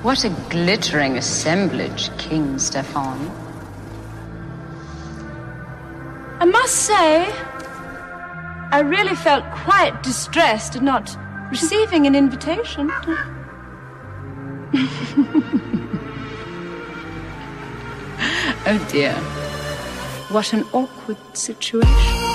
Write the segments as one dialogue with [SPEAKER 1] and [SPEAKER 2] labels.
[SPEAKER 1] What a glittering assemblage, King Stefan.
[SPEAKER 2] I must say, I really felt quite distressed at not receiving an invitation.
[SPEAKER 1] Oh dear. What an awkward situation.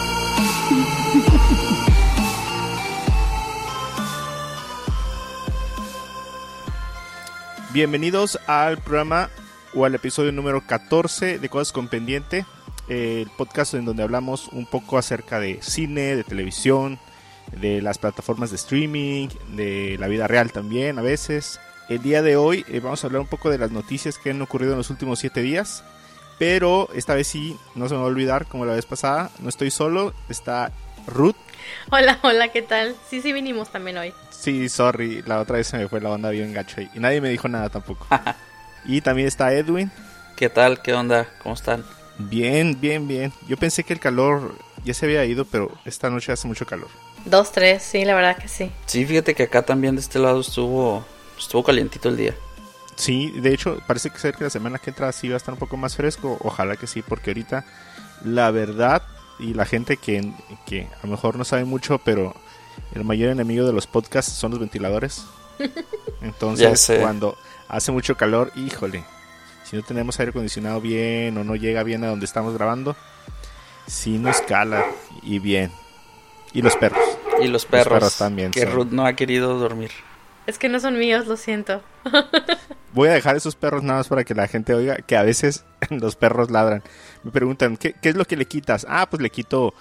[SPEAKER 3] Bienvenidos al programa o al episodio número 14 de Cosas con Pendiente, el podcast en donde hablamos un poco acerca de cine, de televisión, de las plataformas de streaming, de la vida real también a veces. El día de hoy vamos a hablar un poco de las noticias que han ocurrido en los últimos 7 días, pero esta vez sí, no se me va a olvidar como la vez pasada, no estoy solo, está Ruth.
[SPEAKER 4] Hola, ¿qué tal? Sí, vinimos también hoy.
[SPEAKER 3] Sí, sorry, la otra vez se me fue la onda bien gacho ahí. Y nadie me dijo nada tampoco. Y también está Edwin.
[SPEAKER 5] ¿Qué tal? ¿Qué onda? ¿Cómo están?
[SPEAKER 3] Bien. Yo pensé que el calor ya se había ido, pero esta noche hace mucho calor.
[SPEAKER 4] 2, 3, sí, la verdad que sí.
[SPEAKER 5] Sí, fíjate que acá también de este lado estuvo calientito el día.
[SPEAKER 3] Sí, de hecho, parece que la semana que entra sí va a estar un poco más fresco. Ojalá que sí, porque ahorita, la verdad, y la gente que a lo mejor no sabe mucho, pero el mayor enemigo de los podcasts son los ventiladores. Entonces, cuando hace mucho calor, híjole, si no tenemos aire acondicionado bien o no llega bien a donde estamos grabando, sí nos cala y bien. Y los perros.
[SPEAKER 5] Y los perros
[SPEAKER 3] también.
[SPEAKER 5] Que Ruth no ha querido dormir.
[SPEAKER 4] Es que no son míos, lo siento.
[SPEAKER 3] Voy a dejar esos perros nada más para que la gente oiga que a veces los perros ladran. Me preguntan, ¿qué es lo que le quitas? Ah, pues le quito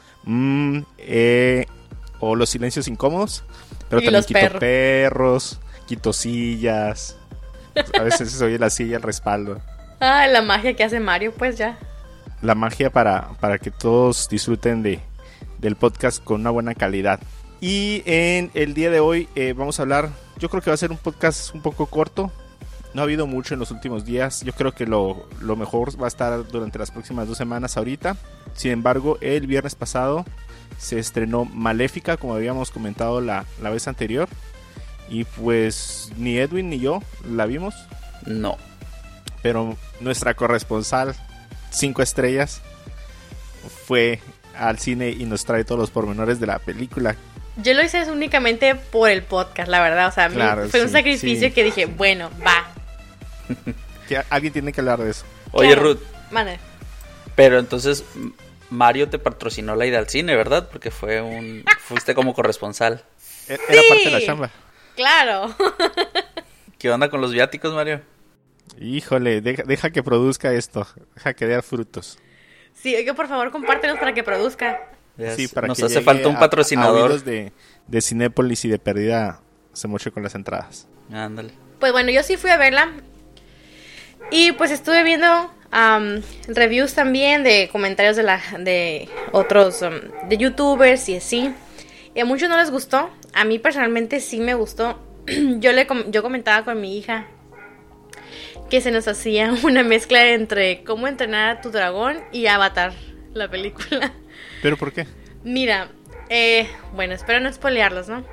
[SPEAKER 3] o los silencios incómodos, pero también quito perros, quito sillas. A veces se oye la silla, el respaldo.
[SPEAKER 4] Ah, la magia que hace Mario, pues ya.
[SPEAKER 3] La magia para que todos disfruten del podcast con una buena calidad. Y en el día de hoy vamos a hablar, yo creo que va a ser un podcast un poco corto. No ha habido mucho en los últimos días. Yo creo que lo mejor va a estar durante las próximas 2 semanas ahorita. Sin embargo, el viernes pasado se estrenó Maléfica, como habíamos comentado la vez anterior. Y pues ni Edwin ni yo la vimos.
[SPEAKER 5] No.
[SPEAKER 3] Pero nuestra corresponsal 5 estrellas fue al cine y nos trae todos los pormenores de la película.
[SPEAKER 4] Yo lo hice únicamente por el podcast, la verdad. O sea, claro, fue un sacrificio que dije, bueno, va.
[SPEAKER 3] Que alguien tiene que hablar de eso.
[SPEAKER 5] Oye, claro. Ruth.
[SPEAKER 4] Mande.
[SPEAKER 5] Pero entonces Mario te patrocinó la ida al cine, ¿verdad? Porque fuiste como corresponsal.
[SPEAKER 3] Era parte de la chamba.
[SPEAKER 4] Claro.
[SPEAKER 5] ¿Qué onda con los viáticos, Mario?
[SPEAKER 3] Híjole, deja que produzca esto. Deja que dé frutos.
[SPEAKER 4] Sí, oiga, por favor, compártenos para que produzca.
[SPEAKER 3] Sí, para
[SPEAKER 5] nos
[SPEAKER 3] que
[SPEAKER 5] hace falta un patrocinador.
[SPEAKER 3] A de Cinépolis y de perdida se moche con las entradas.
[SPEAKER 5] Ándale.
[SPEAKER 4] Pues bueno, yo sí fui a verla. Y pues estuve viendo reviews también de comentarios de otros de youtubers y así. Y a muchos no les gustó. A mí personalmente sí me gustó. Yo comentaba con mi hija que se nos hacía una mezcla entre Cómo entrenar a tu dragón y Avatar, la película.
[SPEAKER 3] ¿Pero por qué?
[SPEAKER 4] Mira, bueno, espero no spoilearlos, ¿no?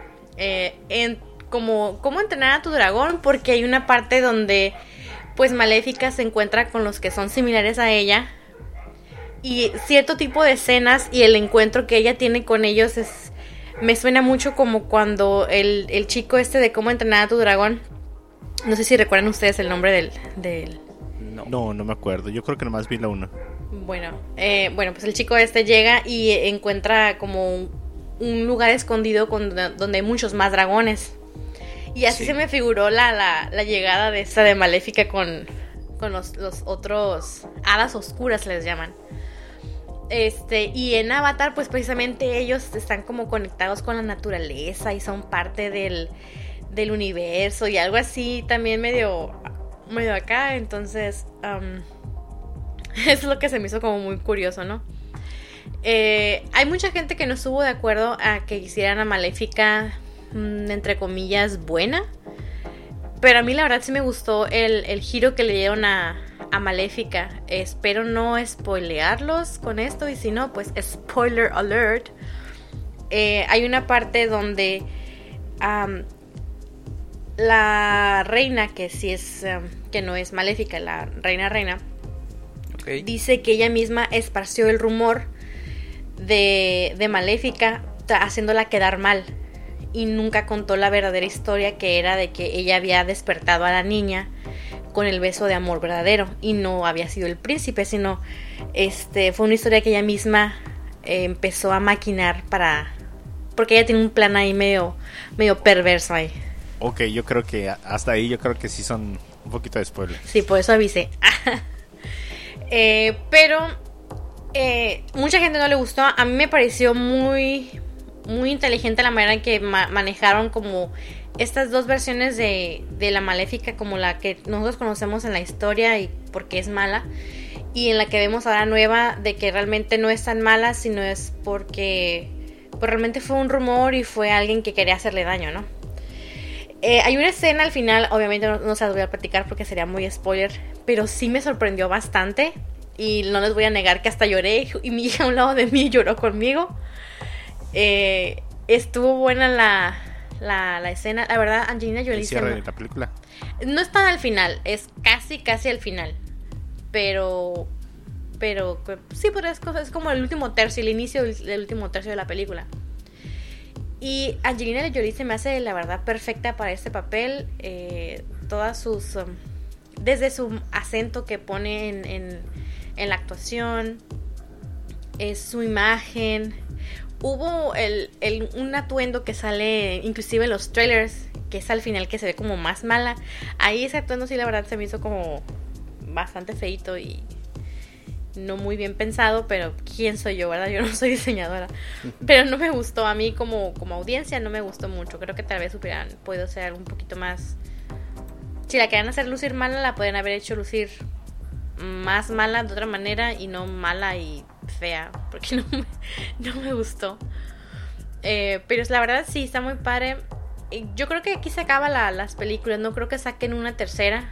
[SPEAKER 4] Cómo entrenar a tu dragón, porque hay una parte donde pues Maléfica se encuentra con los que son similares a ella. Y cierto tipo de escenas y el encuentro que ella tiene con ellos me suena mucho como cuando el chico de Cómo entrenar a tu dragón. No sé si recuerdan ustedes el nombre del...
[SPEAKER 3] No me acuerdo. Yo creo que nomás vi la 1.
[SPEAKER 4] Bueno, pues el chico llega y encuentra como un lugar escondido donde hay muchos más dragones. Y así se me figuró la llegada de Maléfica con los otros hadas oscuras, les llaman. Y en Avatar, pues precisamente ellos están como conectados con la naturaleza y son parte del universo y algo así también medio acá. Entonces eso es lo que se me hizo como muy curioso, ¿no? Hay mucha gente que no estuvo de acuerdo a que hicieran a Maléfica entre comillas buena, pero a mí la verdad sí me gustó el giro que le dieron a Maléfica. Espero no spoilearlos con esto, y si no, pues spoiler alert. Hay una parte donde la reina, que sí es, que no es maléfica, la reina,
[SPEAKER 5] Okay.
[SPEAKER 4] dice que ella misma esparció el rumor de Maléfica, haciéndola quedar mal, y nunca contó la verdadera historia, que era de que ella había despertado a la niña con el beso de amor verdadero y no había sido el príncipe, sino fue una historia que ella misma empezó a maquinar porque ella tiene un plan ahí medio perverso ahí.
[SPEAKER 3] Ok, yo creo que hasta ahí yo creo que sí son un poquito de spoiler.
[SPEAKER 4] Sí, por eso avisé. Pero mucha gente no le gustó. A mí me pareció muy, muy inteligente la manera en que manejaron como estas dos versiones de la Maléfica, como la que nosotros conocemos en la historia y porque es mala, y en la que vemos ahora nueva, de que realmente no es tan mala, sino es porque pues realmente fue un rumor y fue alguien que quería hacerle daño, ¿no? Hay una escena al final, obviamente no se las voy a platicar porque sería muy spoiler, pero sí me sorprendió bastante y no les voy a negar que hasta lloré, y mi hija a un lado de mí lloró conmigo. Estuvo buena la escena, la verdad. Angelina Jolie
[SPEAKER 3] ¿El cierre de la película?
[SPEAKER 4] no es tan al final, es casi al final, pero sí, pero es como el último tercio, el inicio del último tercio de la película. Y Angelina Jolie se me hace la verdad perfecta para este papel. Todas sus desde su acento que pone en la actuación, su imagen. Hubo un atuendo que sale inclusive en los trailers, que es al final, que se ve como más mala. Ahí ese atuendo sí la verdad se me hizo como bastante feito y no muy bien pensado, pero ¿quién soy yo, verdad? Yo no soy diseñadora. Pero no me gustó, a mí como audiencia no me gustó mucho. Creo que tal vez hubieran podido ser un poquito más... Si la querían hacer lucir mala, la pueden haber hecho lucir más mala de otra manera, y no mala y fea, porque no me gustó. Pero la verdad sí, está muy padre. Yo creo que aquí se acaban las películas, no creo que saquen una tercera.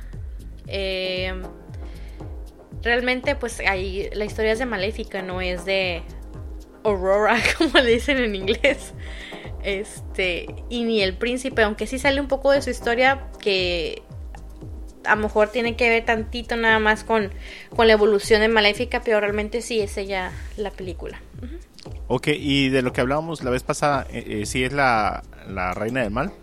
[SPEAKER 4] Realmente pues ahí la historia es de Maléfica, no es de Aurora, como le dicen en inglés. Y ni el príncipe, aunque sí sale un poco de su historia, que a lo mejor tiene que ver tantito nada más con la evolución de Maléfica, pero realmente sí es ella la película. Uh-huh.
[SPEAKER 3] Ok, y de lo que hablábamos la vez pasada, ¿sí es la reina del mal?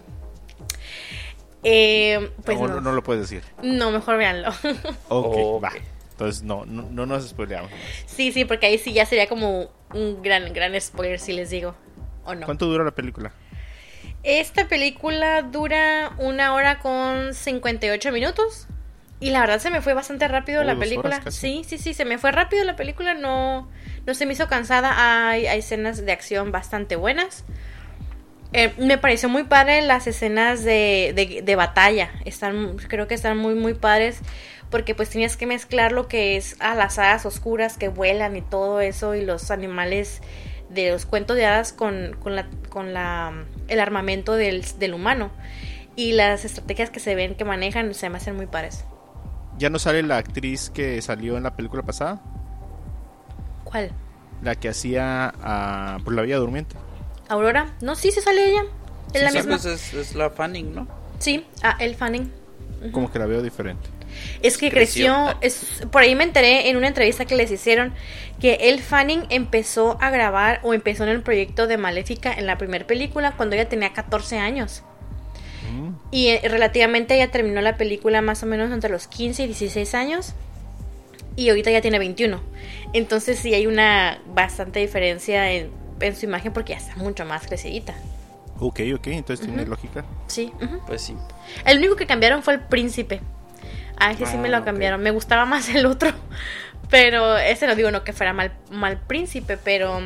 [SPEAKER 4] Pues
[SPEAKER 3] no lo puedes decir.
[SPEAKER 4] No, mejor véanlo.
[SPEAKER 3] Ok, va. Entonces no nos spoileamos.
[SPEAKER 4] Sí, porque ahí sí ya sería como un gran spoiler si les digo, ¿o no?
[SPEAKER 3] ¿Cuánto dura la película?
[SPEAKER 4] Esta película dura 1 hora con 58 minutos. Y la verdad se me fue bastante rápido la película. Sí, se me fue rápido la película. No se me hizo cansada. Hay escenas de acción bastante buenas. Me pareció muy padre las escenas de batalla. Creo que están muy, muy padres. Porque pues tienes que mezclar lo que es a las hadas oscuras que vuelan y todo eso, y los animales de los cuentos de hadas con el armamento del humano. Y las estrategias que se ven que manejan se me hacen muy padres.
[SPEAKER 3] ¿Ya no sale la actriz que salió en la película pasada?
[SPEAKER 4] ¿Cuál?
[SPEAKER 3] La que hacía por la Bella Durmiente.
[SPEAKER 4] ¿Aurora? No, sí sale ella. Es la misma.
[SPEAKER 5] Pues es la Fanning, ¿no?
[SPEAKER 4] Sí, Elle Fanning. Uh-huh.
[SPEAKER 3] Como que la veo diferente.
[SPEAKER 4] Es que creció. Por ahí me enteré en una entrevista que les hicieron que Elle Fanning empezó a grabar o empezó en el proyecto de Maléfica en la primera película cuando ella tenía 14 años. Y relativamente ella terminó la película más o menos entre los 15 y 16 años. Y ahorita ya tiene 21. Entonces sí hay una bastante diferencia en su imagen, porque ya está mucho más crecidita.
[SPEAKER 3] Ok, entonces tiene lógica.
[SPEAKER 4] Sí. Uh-huh.
[SPEAKER 5] Pues sí.
[SPEAKER 4] El único que cambiaron fue el príncipe. A ese sí me lo cambiaron. Me gustaba más el otro. Pero ese no digo que fuera mal príncipe, pero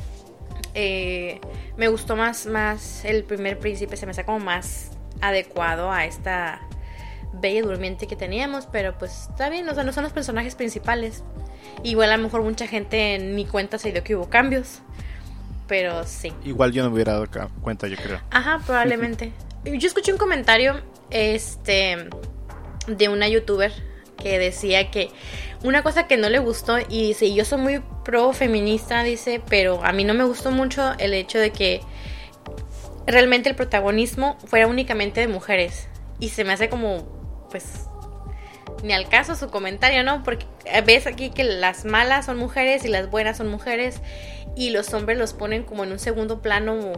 [SPEAKER 4] me gustó más el primer príncipe. Se me hace como más adecuado a esta Bella Durmiente que teníamos. Pero pues está bien, o sea, no son los personajes principales. Igual a lo mejor mucha gente ni cuenta se dio que hubo cambios. Pero sí.
[SPEAKER 3] Igual yo no me hubiera dado cuenta, yo creo.
[SPEAKER 4] Ajá, probablemente. Yo escuché un comentario de una youtuber que decía que una cosa que no le gustó, y dice, yo soy muy pro feminista, dice, pero a mí no me gustó mucho el hecho de que realmente el protagonismo fuera únicamente de mujeres Y se me hace como, pues, ni al caso su comentario, ¿no? Porque ves aquí que las malas son mujeres y las buenas son mujeres, y los hombres los ponen como en un segundo plano,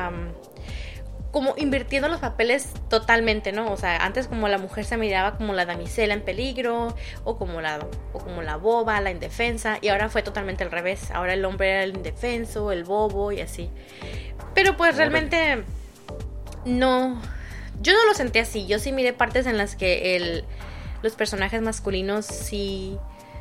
[SPEAKER 4] como invirtiendo los papeles totalmente, ¿no? O sea, antes como la mujer se miraba como la damisela en peligro, o como la boba, la indefensa, y ahora fue totalmente al revés. Ahora el hombre era el indefenso, el bobo y así. Pero pues realmente no, yo no lo sentí así. Yo sí miré partes en las que los personajes masculinos sí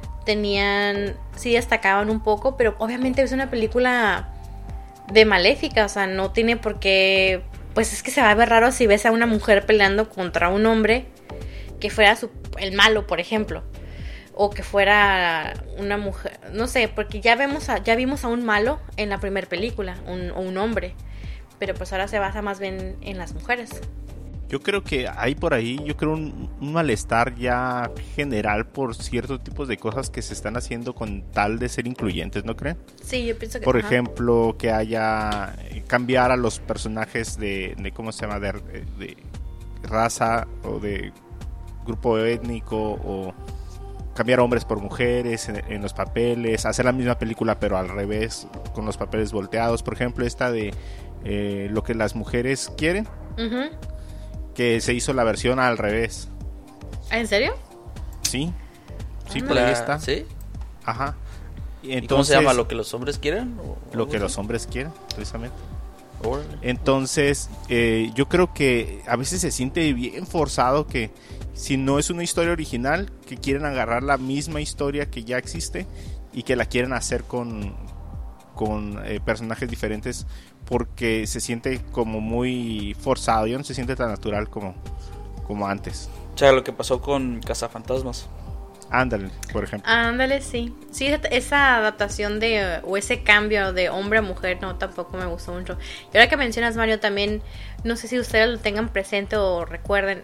[SPEAKER 4] destacaban un poco, pero obviamente es una película de Maléfica, o sea, no tiene por qué. Pues es que se va a ver raro si ves a una mujer peleando contra un hombre que fuera el malo, por ejemplo. O que fuera una mujer, no sé, porque ya vimos a un malo en la primera película, un hombre. Pero pues ahora se basa más bien en las mujeres.
[SPEAKER 3] Yo creo que hay por ahí, un malestar ya general por ciertos tipos de cosas que se están haciendo con tal de ser incluyentes, ¿no creen?
[SPEAKER 4] Sí, yo pienso que...
[SPEAKER 3] Por ejemplo, que haya cambiar a los personajes de ¿cómo se llama? De raza o de grupo étnico, o cambiar hombres por mujeres en los papeles, hacer la misma película pero al revés, con los papeles volteados. Por ejemplo, esta de lo que las mujeres quieren. Uh-huh. Que se hizo la versión al revés.
[SPEAKER 4] ¿En serio?
[SPEAKER 3] Sí, por ahí está.
[SPEAKER 5] ¿Sí?
[SPEAKER 3] Ajá.
[SPEAKER 5] Entonces, ¿y cómo se llama? ¿Lo que los hombres quieren?
[SPEAKER 3] Lo que los hombres quieren, precisamente. Entonces, yo creo que a veces se siente bien forzado que si no es una historia original, que quieren agarrar la misma historia que ya existe y que la quieren hacer con personajes diferentes, porque se siente como muy forzado, ya no se siente tan natural como antes.
[SPEAKER 5] O sea, lo que pasó con Cazafantasmas.
[SPEAKER 3] Ándale, por ejemplo.
[SPEAKER 4] Ándale, sí. Sí, esa adaptación o ese cambio de hombre a mujer, no, tampoco me gustó mucho. Y ahora que mencionas, Mario, también, no sé si ustedes lo tengan presente o recuerden,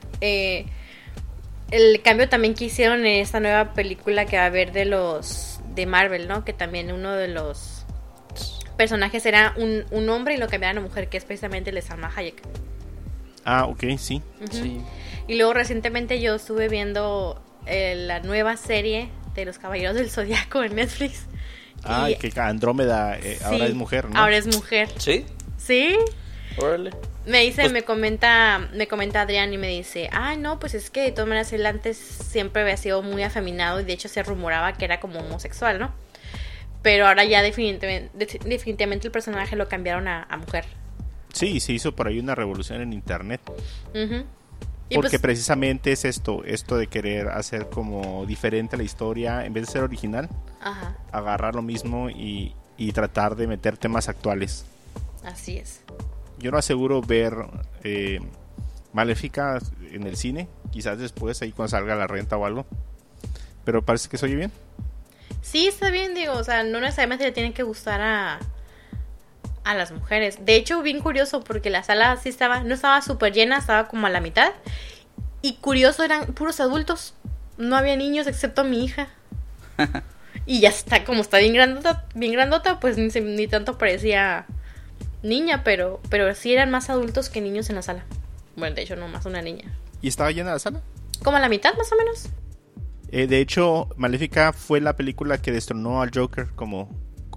[SPEAKER 4] el cambio también que hicieron en esta nueva película que va a haber de Marvel, ¿no? Que también uno de los personajes era un hombre y lo cambiaron a mujer, que es precisamente el de Salma Hayek.
[SPEAKER 3] Ah, ok, sí.
[SPEAKER 4] Uh-huh.
[SPEAKER 5] Sí.
[SPEAKER 4] Y luego recientemente yo estuve viendo la nueva serie de los Caballeros del Zodiaco en Netflix.
[SPEAKER 3] Ah, que Andrómeda sí, ahora es mujer, ¿no?
[SPEAKER 4] Ahora es mujer.
[SPEAKER 5] ¿Sí?
[SPEAKER 4] Sí.
[SPEAKER 5] Órale.
[SPEAKER 4] Me comenta Adrián y me dice, no, pues es que de todas maneras él antes siempre había sido muy afeminado y de hecho se rumoraba que era como homosexual, ¿no? Pero ahora ya definitivamente el personaje lo cambiaron a mujer.
[SPEAKER 3] Sí, se hizo por ahí una revolución en internet.
[SPEAKER 4] Uh-huh.
[SPEAKER 3] Porque
[SPEAKER 4] pues,
[SPEAKER 3] precisamente es esto de querer hacer como diferente la historia, en vez de ser original,
[SPEAKER 4] ajá,
[SPEAKER 3] agarrar lo mismo y tratar de meter temas actuales.
[SPEAKER 4] Así es.
[SPEAKER 3] Yo no aseguro ver Maléfica en el cine, quizás después, ahí cuando salga la renta o algo, pero parece que se oye bien.
[SPEAKER 4] Sí, está bien, digo, o sea, no necesariamente le tienen que gustar a las mujeres. De hecho, bien curioso, porque la sala sí no estaba súper llena, estaba como a la mitad. Y curioso, eran puros adultos. No había niños excepto mi hija. Y ya está, como está bien grandota, pues ni tanto parecía niña, pero sí eran más adultos que niños en la sala. Bueno, de hecho, no más una niña.
[SPEAKER 3] ¿Y estaba llena la sala?
[SPEAKER 4] Como a la mitad, más o menos.
[SPEAKER 3] De hecho, Maléfica fue la película que destronó al Joker como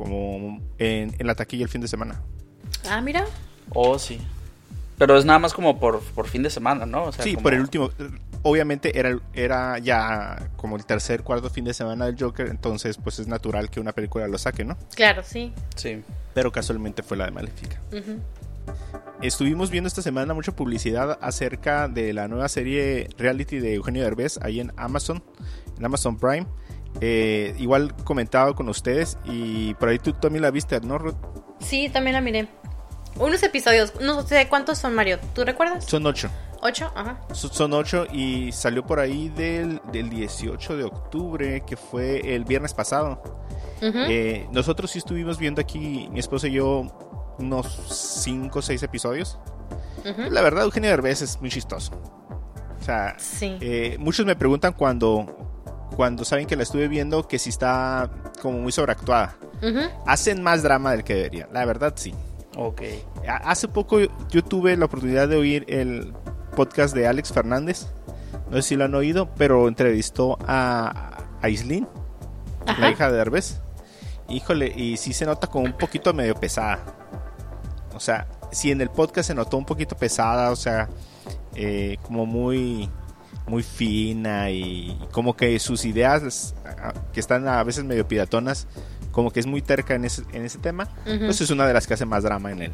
[SPEAKER 3] en la taquilla el fin de semana.
[SPEAKER 4] Ah, mira.
[SPEAKER 5] Oh, sí. Pero es nada más como por fin de semana, ¿no? O sea,
[SPEAKER 3] sí,
[SPEAKER 5] como...
[SPEAKER 3] por el último. Obviamente era ya como el cuarto fin de semana del Joker, entonces pues es natural que una película lo saque, ¿no?
[SPEAKER 4] Claro, sí.
[SPEAKER 5] Sí.
[SPEAKER 3] Pero casualmente fue la de Maléfica.
[SPEAKER 4] Uh-huh.
[SPEAKER 3] Estuvimos viendo esta semana mucha publicidad acerca de la nueva serie reality de Eugenio Derbez ahí en Amazon Prime. Igual comentaba con ustedes y por ahí tú también la viste, ¿no, Ruth?
[SPEAKER 4] Sí, también la miré. Unos episodios, no sé cuántos son, Mario, ¿tú recuerdas?
[SPEAKER 3] Son 8.
[SPEAKER 4] ¿8? Ajá.
[SPEAKER 3] Son 8 y salió por ahí del 18 de octubre, que fue el viernes pasado. Uh-huh. Nosotros sí estuvimos viendo aquí, mi esposa y yo, unos 5 o 6 episodios. Uh-huh. La verdad, Eugenio Derbez es muy chistoso. O sea,
[SPEAKER 4] sí.
[SPEAKER 3] Muchos me preguntan cuando saben que la estuve viendo que si está como muy sobreactuada. Uh-huh. Hacen más drama del que deberían, la verdad sí.
[SPEAKER 5] Ok.
[SPEAKER 3] Hace poco yo tuve la oportunidad de oír podcast de Alex Fernández. No sé si lo han oído, pero entrevistó a Aislinn, la hija de Derbez. Híjole, y sí se nota como un poquito medio pesada. O sea, sí en el podcast se notó un poquito pesada, o sea, como muy fina y como que sus ideas que están a veces medio piratonas, como que es muy terca en ese tema. Entonces es una de las que hace más drama en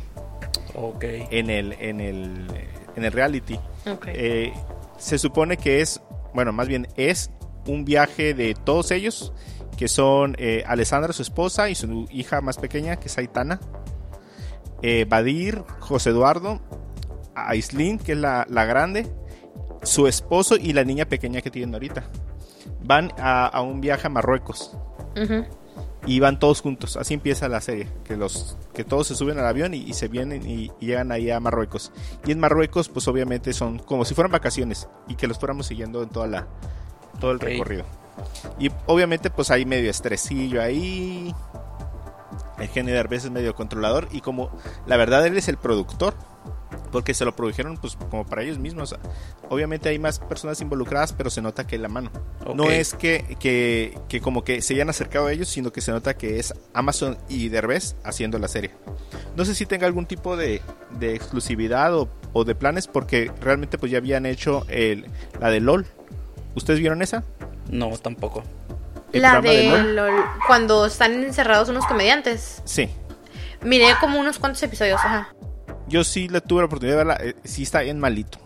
[SPEAKER 3] el reality. Se supone que es un viaje de todos ellos, que son Alessandra, su esposa, y su hija más pequeña, que es Aitana, Badir, José Eduardo, Aislinn, que es la grande, su esposo y la niña pequeña que tienen ahorita. Van a un viaje a Marruecos. Y van todos juntos. Así empieza la serie, que todos se suben al avión y se vienen y llegan ahí a Marruecos. Y en Marruecos pues obviamente son como si fueran vacaciones y que los fuéramos siguiendo en todo el recorrido. Y obviamente pues hay medio estresillo ahí. El genio de Derbez es medio controlador, y como la verdad él es el productor, porque se lo produjeron pues como para ellos mismos. Obviamente hay más personas involucradas, pero se nota que es la mano. No es que como que se hayan acercado a ellos, sino que se nota que es Amazon y Derbez haciendo la serie. No sé si tenga algún tipo de exclusividad o de planes, porque realmente pues ya habían hecho la de LOL. ¿Ustedes vieron esa?
[SPEAKER 5] No, tampoco.
[SPEAKER 4] La de LOL, cuando están encerrados unos comediantes.
[SPEAKER 3] Sí.
[SPEAKER 4] Miré como unos cuantos episodios,
[SPEAKER 3] Yo sí le tuve la oportunidad de verla. Sí está bien malito.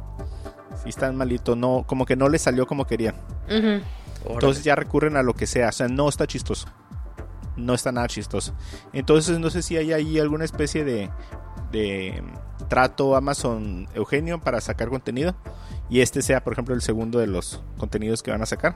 [SPEAKER 3] No, como que no le salió como querían. Entonces ya recurren a lo que sea. O sea, no está chistoso. No está nada chistoso. Entonces no sé si hay ahí alguna especie de trato Amazon Eugenio para sacar contenido, y sea por ejemplo el segundo de los contenidos que van a sacar.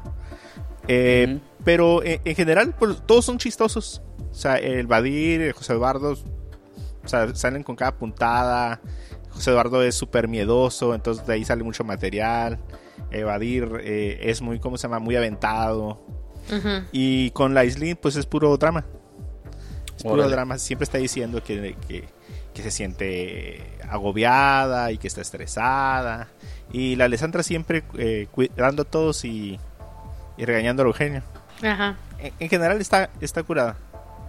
[SPEAKER 3] Pero en general pues, todos son chistosos. O sea, el Badir, el José Eduardo, o sea, salen con cada puntada. José Eduardo es súper miedoso, entonces de ahí sale mucho material. Badir es muy, ¿cómo se llama? Muy aventado. Y con la Aislinn pues es puro drama. Puro drama. Siempre está diciendo que se siente agobiada y que está estresada. Y la Alessandra siempre cuidando a todos y regañando a Eugenio. En general está curada.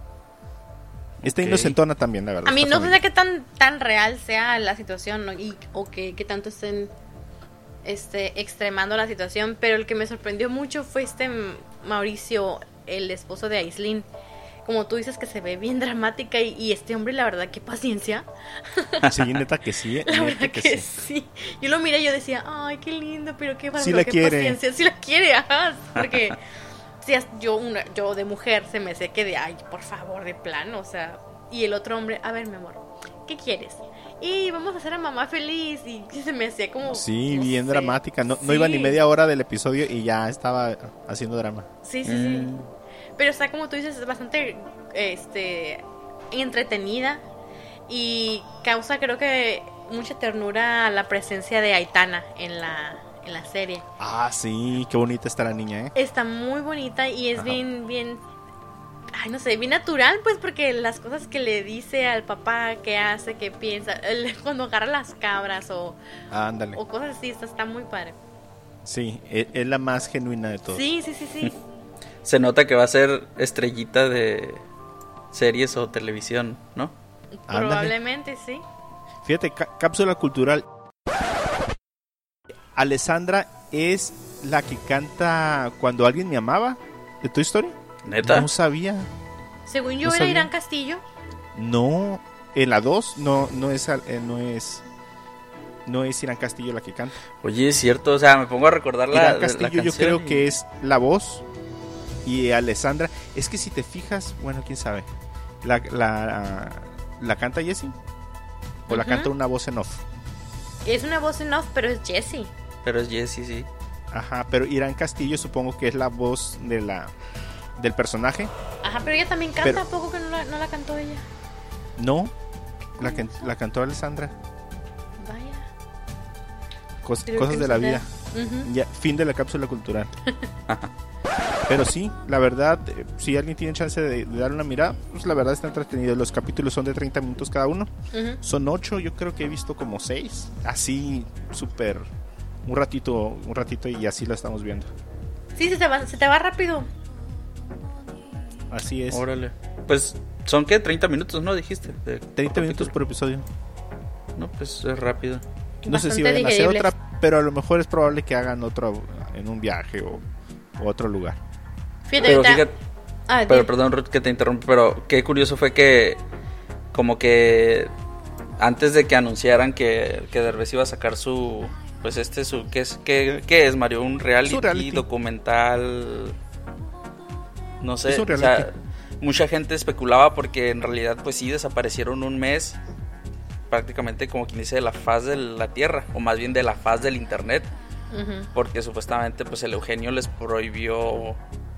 [SPEAKER 3] Está inocentona también, la verdad.
[SPEAKER 4] A mí no sé qué tan real sea la situación, ¿no? O que tanto estén extremando la situación, pero el que me sorprendió mucho fue Mauricio, el esposo de Aislinn. Como tú dices, que se ve bien dramática, y este hombre, la verdad, qué paciencia.
[SPEAKER 3] Sí, neta que sí.
[SPEAKER 4] La verdad que sí. Yo lo miré y yo decía, ay, qué lindo, pero qué
[SPEAKER 3] sí, qué
[SPEAKER 4] paciencia. Sí la quiere, porque si yo de mujer se me sé que de, ay, por favor, de plano, o sea. Y el otro hombre, a ver, mi amor, ¿qué quieres? Y vamos a hacer a mamá feliz. Y se me hacía como...
[SPEAKER 3] Sí, bien dramática. No iba ni media hora del episodio y ya estaba haciendo drama.
[SPEAKER 4] Sí. Pero está, como tú dices, bastante entretenida, y causa, creo que, mucha ternura la presencia de Aitana en la serie.
[SPEAKER 3] Ah, sí, qué bonita está la niña,
[SPEAKER 4] Está muy bonita y es bien, ay, no sé, bien natural, pues, porque las cosas que le dice al papá, que hace, que piensa, cuando agarra las cabras o cosas así, está muy padre.
[SPEAKER 3] Sí, es la más genuina de todos.
[SPEAKER 4] Sí.
[SPEAKER 5] Se nota que va a ser estrellita de series o televisión, ¿no?
[SPEAKER 4] Probablemente. Ándale. Sí.
[SPEAKER 3] Fíjate, cápsula cultural. Alessandra es la que canta Cuando alguien me amaba, de Toy Story.
[SPEAKER 5] ¿Neta?
[SPEAKER 3] No sabía.
[SPEAKER 4] Según yo, era Irán Castillo.
[SPEAKER 3] No, en la 2 no es Irán Castillo la que canta.
[SPEAKER 5] Oye, es cierto, o sea, me pongo a recordar
[SPEAKER 3] Irán Castillo, yo creo que es la voz. Y Alessandra, es que si te fijas, bueno, quién sabe, la canta Jessie o la canta una voz en off.
[SPEAKER 4] Es una voz en off, pero es Jessie.
[SPEAKER 5] Pero es Jessie, sí.
[SPEAKER 3] Ajá, pero Irán Castillo supongo que es la voz del personaje.
[SPEAKER 4] Ajá, pero ella también canta, ¿a poco que no la cantó ella?
[SPEAKER 3] No, la cantó Alessandra.
[SPEAKER 4] Vaya.
[SPEAKER 3] Cosas de la vida. Ya, fin de la cápsula cultural. Pero sí, la verdad, si alguien tiene chance de darle una mirada, pues la verdad está entretenido. Los capítulos son de 30 minutos cada uno. Son 8, yo creo que he visto como 6. Así, súper, un ratito y así lo estamos viendo.
[SPEAKER 4] Sí, se te va rápido.
[SPEAKER 3] Así es.
[SPEAKER 5] Órale. Pues, ¿son qué? 30 minutos, ¿no? Dijiste.
[SPEAKER 3] 30 minutos por episodio.
[SPEAKER 5] No, pues es rápido.
[SPEAKER 3] No sé si van a hacer otra, pero a lo mejor es probable que hagan otro en un viaje o otro lugar.
[SPEAKER 5] Pero fíjate, perdón Ruth que te interrumpo, pero qué curioso fue que como que antes de que anunciaran que Derbez iba a sacar su ¿qué es Mario? Un reality documental, no sé, o sea, mucha gente especulaba porque en realidad pues sí desaparecieron un mes prácticamente como quien dice de la faz de la tierra, o más bien de la faz del internet, porque supuestamente pues el Eugenio les prohibió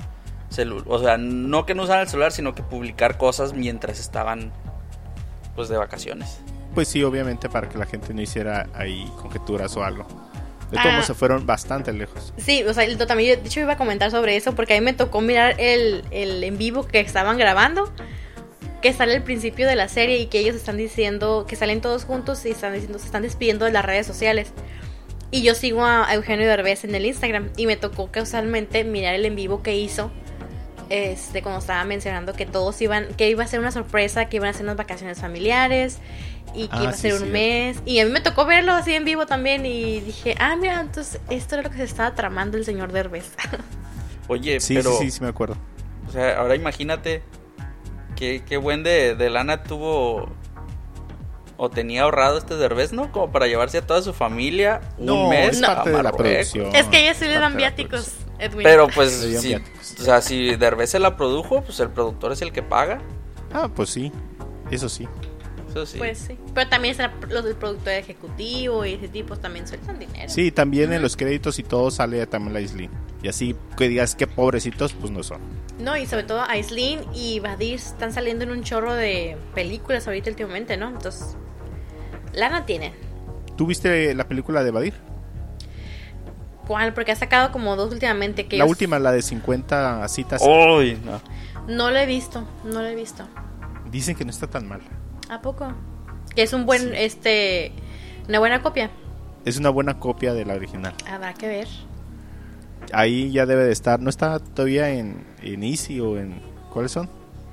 [SPEAKER 5] o sea, no que no usaran el celular, sino que publicar cosas mientras estaban pues de vacaciones.
[SPEAKER 3] Pues sí, obviamente para que la gente no hiciera ahí conjeturas o algo. De todos modos se fueron bastante lejos.
[SPEAKER 4] Sí, o sea, también de hecho iba a comentar sobre eso porque a mí me tocó mirar el en vivo que estaban grabando, que sale al principio de la serie y que ellos están diciendo que salen todos juntos y se están despidiendo de las redes sociales. Y yo sigo a Eugenio Derbez en el Instagram y me tocó casualmente mirar el en vivo que hizo. Cuando estaba mencionando que que iba a ser una sorpresa, que iban a ser unas vacaciones familiares y que iba a ser un mes, y a mí me tocó verlo así en vivo también y dije, mira, entonces esto era lo que se estaba tramando el señor Derbez.
[SPEAKER 5] Oye,
[SPEAKER 3] sí,
[SPEAKER 5] pero
[SPEAKER 3] sí me acuerdo.
[SPEAKER 5] O sea, ahora imagínate qué buen de lana tuvo o tenía ahorrado este Derbez, ¿no? Como para llevarse a toda su familia un mes.
[SPEAKER 3] Es parte de la producción.
[SPEAKER 4] Es que a ellos sí le dan viáticos, Edwin.
[SPEAKER 5] Pero pues sí, o sea, si Derbez se la produjo, pues el productor es el que paga.
[SPEAKER 3] Pues sí, eso sí.
[SPEAKER 5] Eso sí.
[SPEAKER 4] Pues sí, pero también los del productor ejecutivo y ese tipo también sueltan dinero.
[SPEAKER 3] Sí, también en los créditos y todo sale también la Aislinn. Y así que digas que pobrecitos, pues no son.
[SPEAKER 4] No, y sobre todo Aislinn y Badir están saliendo en un chorro de películas ahorita últimamente, ¿no? Entonces, lana tienen.
[SPEAKER 3] ¿Tú viste la película de Badir?
[SPEAKER 4] ¿Cuál? Porque ha sacado como 2 últimamente. Que
[SPEAKER 3] última, la de 50 citas.
[SPEAKER 5] ¡Uy! No.
[SPEAKER 4] No la he visto.
[SPEAKER 3] Dicen que no está tan mal.
[SPEAKER 4] ¿A poco? Que es un buen, una buena copia.
[SPEAKER 3] Es una buena copia de la original.
[SPEAKER 4] Habrá que ver.
[SPEAKER 3] Ahí ya debe de estar. ¿No está todavía en Easy o en... ¿Cuáles son?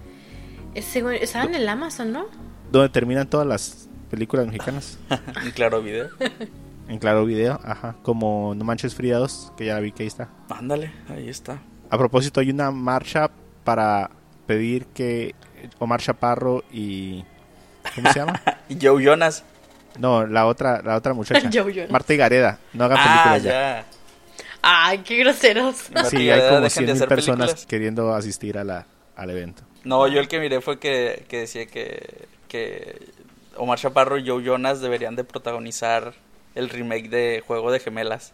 [SPEAKER 4] Estaba en el Amazon, ¿no?
[SPEAKER 3] Donde terminan todas las películas mexicanas.
[SPEAKER 5] En Claro Video.
[SPEAKER 3] En Claro Video, ajá. Como No Manches Frida 2, que ya vi que ahí está.
[SPEAKER 5] Ándale, ahí está.
[SPEAKER 3] A propósito, hay una marcha para pedir que Omar Chaparro y... ¿Cómo se llama?
[SPEAKER 5] Joe Jonas.
[SPEAKER 3] No, la otra muchacha. Marta y Gareda. No hagan películas ya.
[SPEAKER 4] Ay, qué groseros.
[SPEAKER 3] Sí, hay como 100,000 personas queriendo asistir al evento.
[SPEAKER 5] No, yo el que miré fue que decía que Omar Chaparro y Joe Jonas deberían de protagonizar el remake de Juego de Gemelas.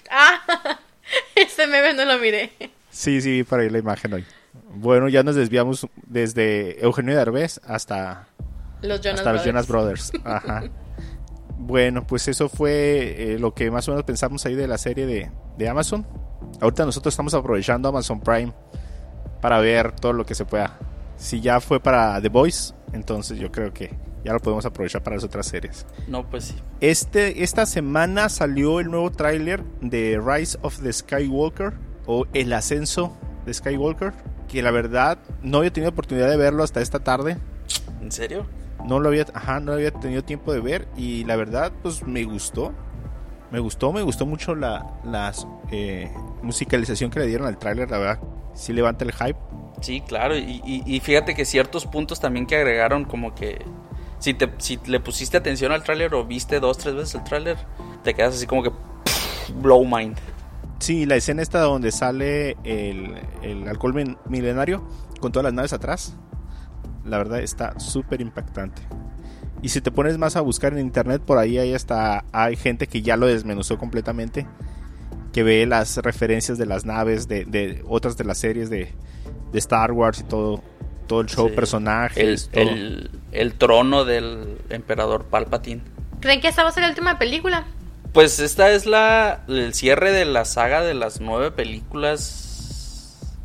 [SPEAKER 4] Ese meme no lo miré.
[SPEAKER 3] Sí, vi por ahí la imagen hoy. Bueno, ya nos desviamos desde Eugenio Derbez hasta los Jonas Brothers. Ajá. Bueno, pues eso fue lo que más o menos pensamos ahí de la serie de Amazon. Ahorita nosotros estamos aprovechando Amazon Prime para ver todo lo que se pueda. Si ya fue para The Boys, entonces yo creo que ya lo podemos aprovechar para las otras series.
[SPEAKER 5] No, pues sí.
[SPEAKER 3] Esta semana salió el nuevo tráiler de Rise of the Skywalker, o El Ascenso de Skywalker, que la verdad no había tenido oportunidad de verlo hasta esta tarde.
[SPEAKER 5] ¿En serio?
[SPEAKER 3] No lo había tenido tiempo de ver y la verdad pues me gustó mucho la musicalización que le dieron al tráiler. La verdad sí levanta el hype.
[SPEAKER 5] Sí, claro, y fíjate que ciertos puntos también que agregaron, como que si le pusiste atención al tráiler o viste 2-3 veces el tráiler, te quedas así como que blow mind.
[SPEAKER 3] Sí, la escena esta donde sale el alcohol milenario con todas las naves atrás, la verdad está súper impactante. Y si te pones más a buscar en internet, por ahí hay gente que ya lo desmenuzó completamente, que ve las referencias de las naves de otras de las series de Star Wars y todo el show, sí, personajes,
[SPEAKER 5] el trono del emperador Palpatine.
[SPEAKER 4] ¿Creen que esta va a ser la última película?
[SPEAKER 5] Pues esta es el cierre de la saga de las 9 películas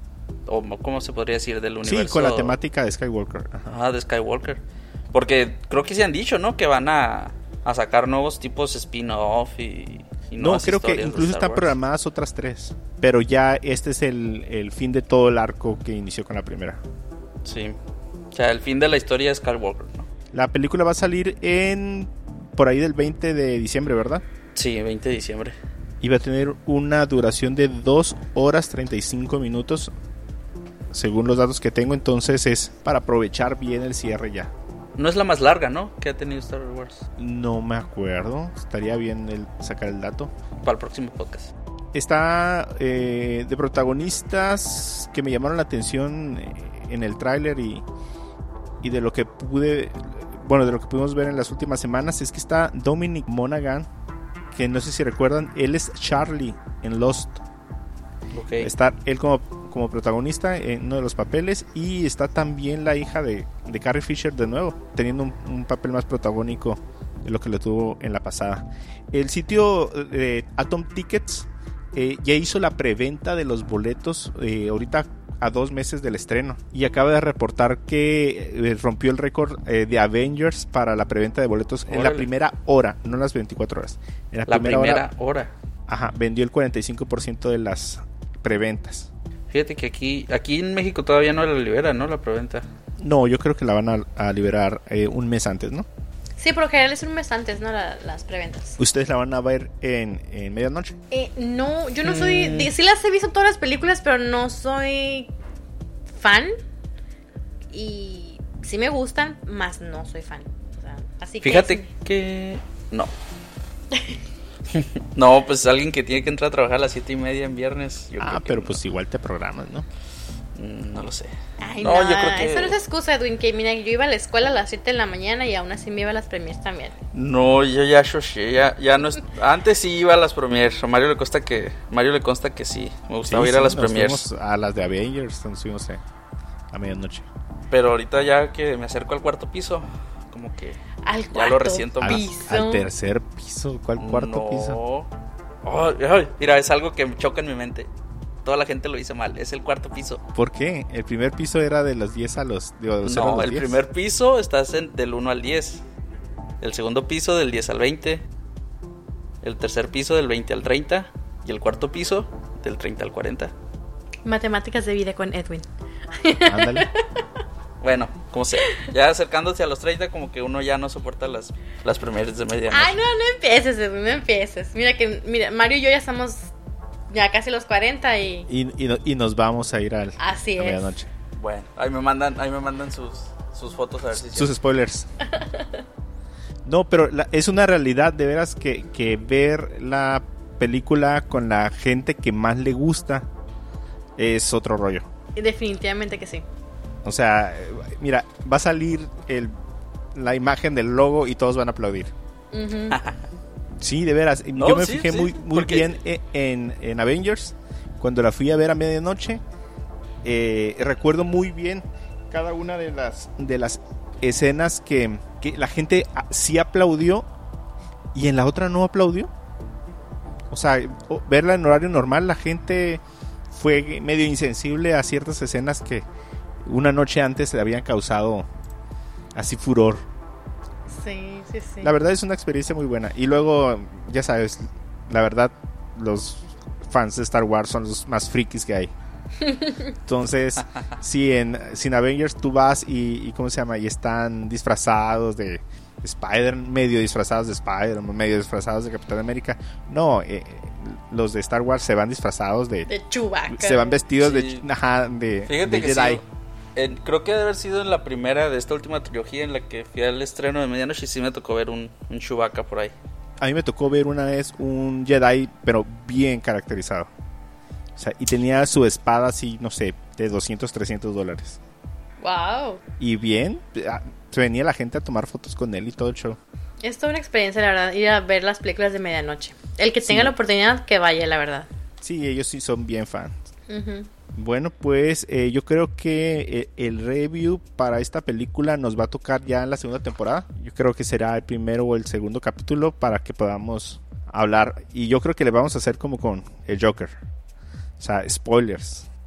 [SPEAKER 5] o ¿cómo se podría decir? Del universo.
[SPEAKER 3] Sí, con la temática de Skywalker.
[SPEAKER 5] Ajá, de Skywalker. Porque creo que se han dicho, ¿no? Que van a sacar nuevos tipos spin-off y
[SPEAKER 3] no, creo que incluso están programadas otras 3. Pero ya este es el fin de todo el arco que inició con la primera.
[SPEAKER 5] Sí. O sea, el fin de la historia de Skywalker, ¿no?
[SPEAKER 3] La película va a salir por ahí del 20 de diciembre, ¿verdad?
[SPEAKER 5] Sí, 20 de diciembre.
[SPEAKER 3] Y va a tener una duración de 2 horas 35 minutos, según los datos que tengo. Entonces es para aprovechar bien el cierre ya.
[SPEAKER 5] No es la más larga, ¿no? Que ha tenido Star Wars.
[SPEAKER 3] No me acuerdo. Estaría bien sacar el dato.
[SPEAKER 5] Para el próximo podcast.
[SPEAKER 3] Está de protagonistas que me llamaron la atención en el tráiler y de lo que de lo que pudimos ver en las últimas semanas, es que está Dominic Monaghan, que no sé si recuerdan, él es Charlie en Lost.
[SPEAKER 5] Okay.
[SPEAKER 3] Está él como protagonista en uno de los papeles, y está también la hija de Carrie Fisher de nuevo, teniendo un papel más protagónico de lo que lo tuvo en la pasada. El sitio de Atom Tickets ya hizo la preventa de los boletos ahorita a 2 meses del estreno, y acaba de reportar que rompió el récord de Avengers para la preventa de boletos. Órale. En la primera hora, no en las 24 horas. En la primera hora. Ajá, vendió el 45% de las preventas.
[SPEAKER 5] Fíjate que aquí en México todavía no la liberan, ¿no? La preventa.
[SPEAKER 3] No, yo creo que la van a liberar un mes antes, ¿no?
[SPEAKER 4] Sí, por lo general es un mes antes, ¿no? Las preventas.
[SPEAKER 3] ¿Ustedes la van a ver en medianoche?
[SPEAKER 4] No, yo no soy... Sí las he visto todas las películas, pero no soy fan. Y sí me gustan, más no soy fan. O sea, así
[SPEAKER 5] fíjate que... No. No, pues alguien que tiene que entrar a trabajar a las 7:30 en viernes.
[SPEAKER 3] Pero pues igual te programas, ¿no?
[SPEAKER 5] No lo sé.
[SPEAKER 4] Ay, no, yo creo que... Eso no es excusa, Edwin, que mira, yo iba a la escuela a las 7 de la mañana y aún así me iba a las premiers también.
[SPEAKER 5] No, yo ya no es... Antes sí iba a las premiers. A Mario le consta que sí. Me gustaba ir a las premiers.
[SPEAKER 3] A las de Avengers, nos fuimos a medianoche.
[SPEAKER 5] Pero ahorita ya que me acerco al 4º piso, como que ya lo resiento más.
[SPEAKER 3] Al 3er piso. ¿Cuál 4º piso?
[SPEAKER 5] Mira, es algo que me choca en mi mente. Toda la gente lo dice mal, es el 4º piso.
[SPEAKER 3] ¿Por qué? El primer piso era de los 10 a los...
[SPEAKER 5] No, el 10. Primer piso estás del 1 al 10. El segundo piso del 10 al 20. El 3er piso del 20 al 30. Y el 4º piso del 30 al 40.
[SPEAKER 4] Matemáticas de vida con Edwin.
[SPEAKER 3] Ándale.
[SPEAKER 5] Bueno, como sea, ya acercándose a los 30, como que uno ya no soporta las primeras de medianoche.
[SPEAKER 4] Ay, no empieces, Edwin, no empieces. Mira, Mario y yo ya estamos... Ya casi los 40
[SPEAKER 3] y nos vamos a ir a medianoche.
[SPEAKER 5] Bueno, ahí me mandan sus fotos a ver si
[SPEAKER 3] sus spoilers. No, pero es una realidad de veras que ver la película con la gente que más le gusta es otro rollo.
[SPEAKER 4] Definitivamente que sí.
[SPEAKER 3] O sea, mira, va a salir la imagen del logo y todos van a aplaudir. Uh-huh. Sí, de veras. Yo me fijé muy bien en Avengers. Cuando la fui a ver a medianoche, recuerdo muy bien cada una de las escenas que la gente sí aplaudió y en la otra no aplaudió. O sea, verla en horario normal, la gente fue medio insensible a ciertas escenas que una noche antes le habían causado así furor.
[SPEAKER 4] Sí.
[SPEAKER 3] La verdad es una experiencia muy buena. Y luego, ya sabes, la verdad, los fans de Star Wars son los más frikis que hay. Entonces, si sin Avengers tú vas y ¿cómo se llama? Y están disfrazados de Spider-Man, medio disfrazados de Spider-Man, medio disfrazados de Capitán América. No, los de Star Wars se van disfrazados de
[SPEAKER 4] Chewbacca.
[SPEAKER 3] Se van vestidos de
[SPEAKER 5] Fíjate que Jedi. Sí. Creo que debe haber sido en la primera de esta última trilogía en la que fui al estreno de medianoche y sí me tocó ver un Chewbacca por ahí.
[SPEAKER 3] A mí me tocó ver una vez un Jedi, pero bien caracterizado. O sea, y tenía su espada así, no sé, de $200, $300.
[SPEAKER 4] Wow.
[SPEAKER 3] Y bien, se venía la gente a tomar fotos con él y todo el show.
[SPEAKER 4] Es toda una experiencia, la verdad, ir a ver las películas de medianoche. El que tenga la oportunidad, que vaya, la verdad.
[SPEAKER 3] Sí, ellos sí son bien fans.
[SPEAKER 4] Uh-huh.
[SPEAKER 3] Bueno, pues yo creo que el review para esta película nos va a tocar ya en la segunda temporada. Yo creo que será el primero o el segundo capítulo para que podamos hablar. Y yo creo que le vamos a hacer como con el Joker. O sea, spoilers.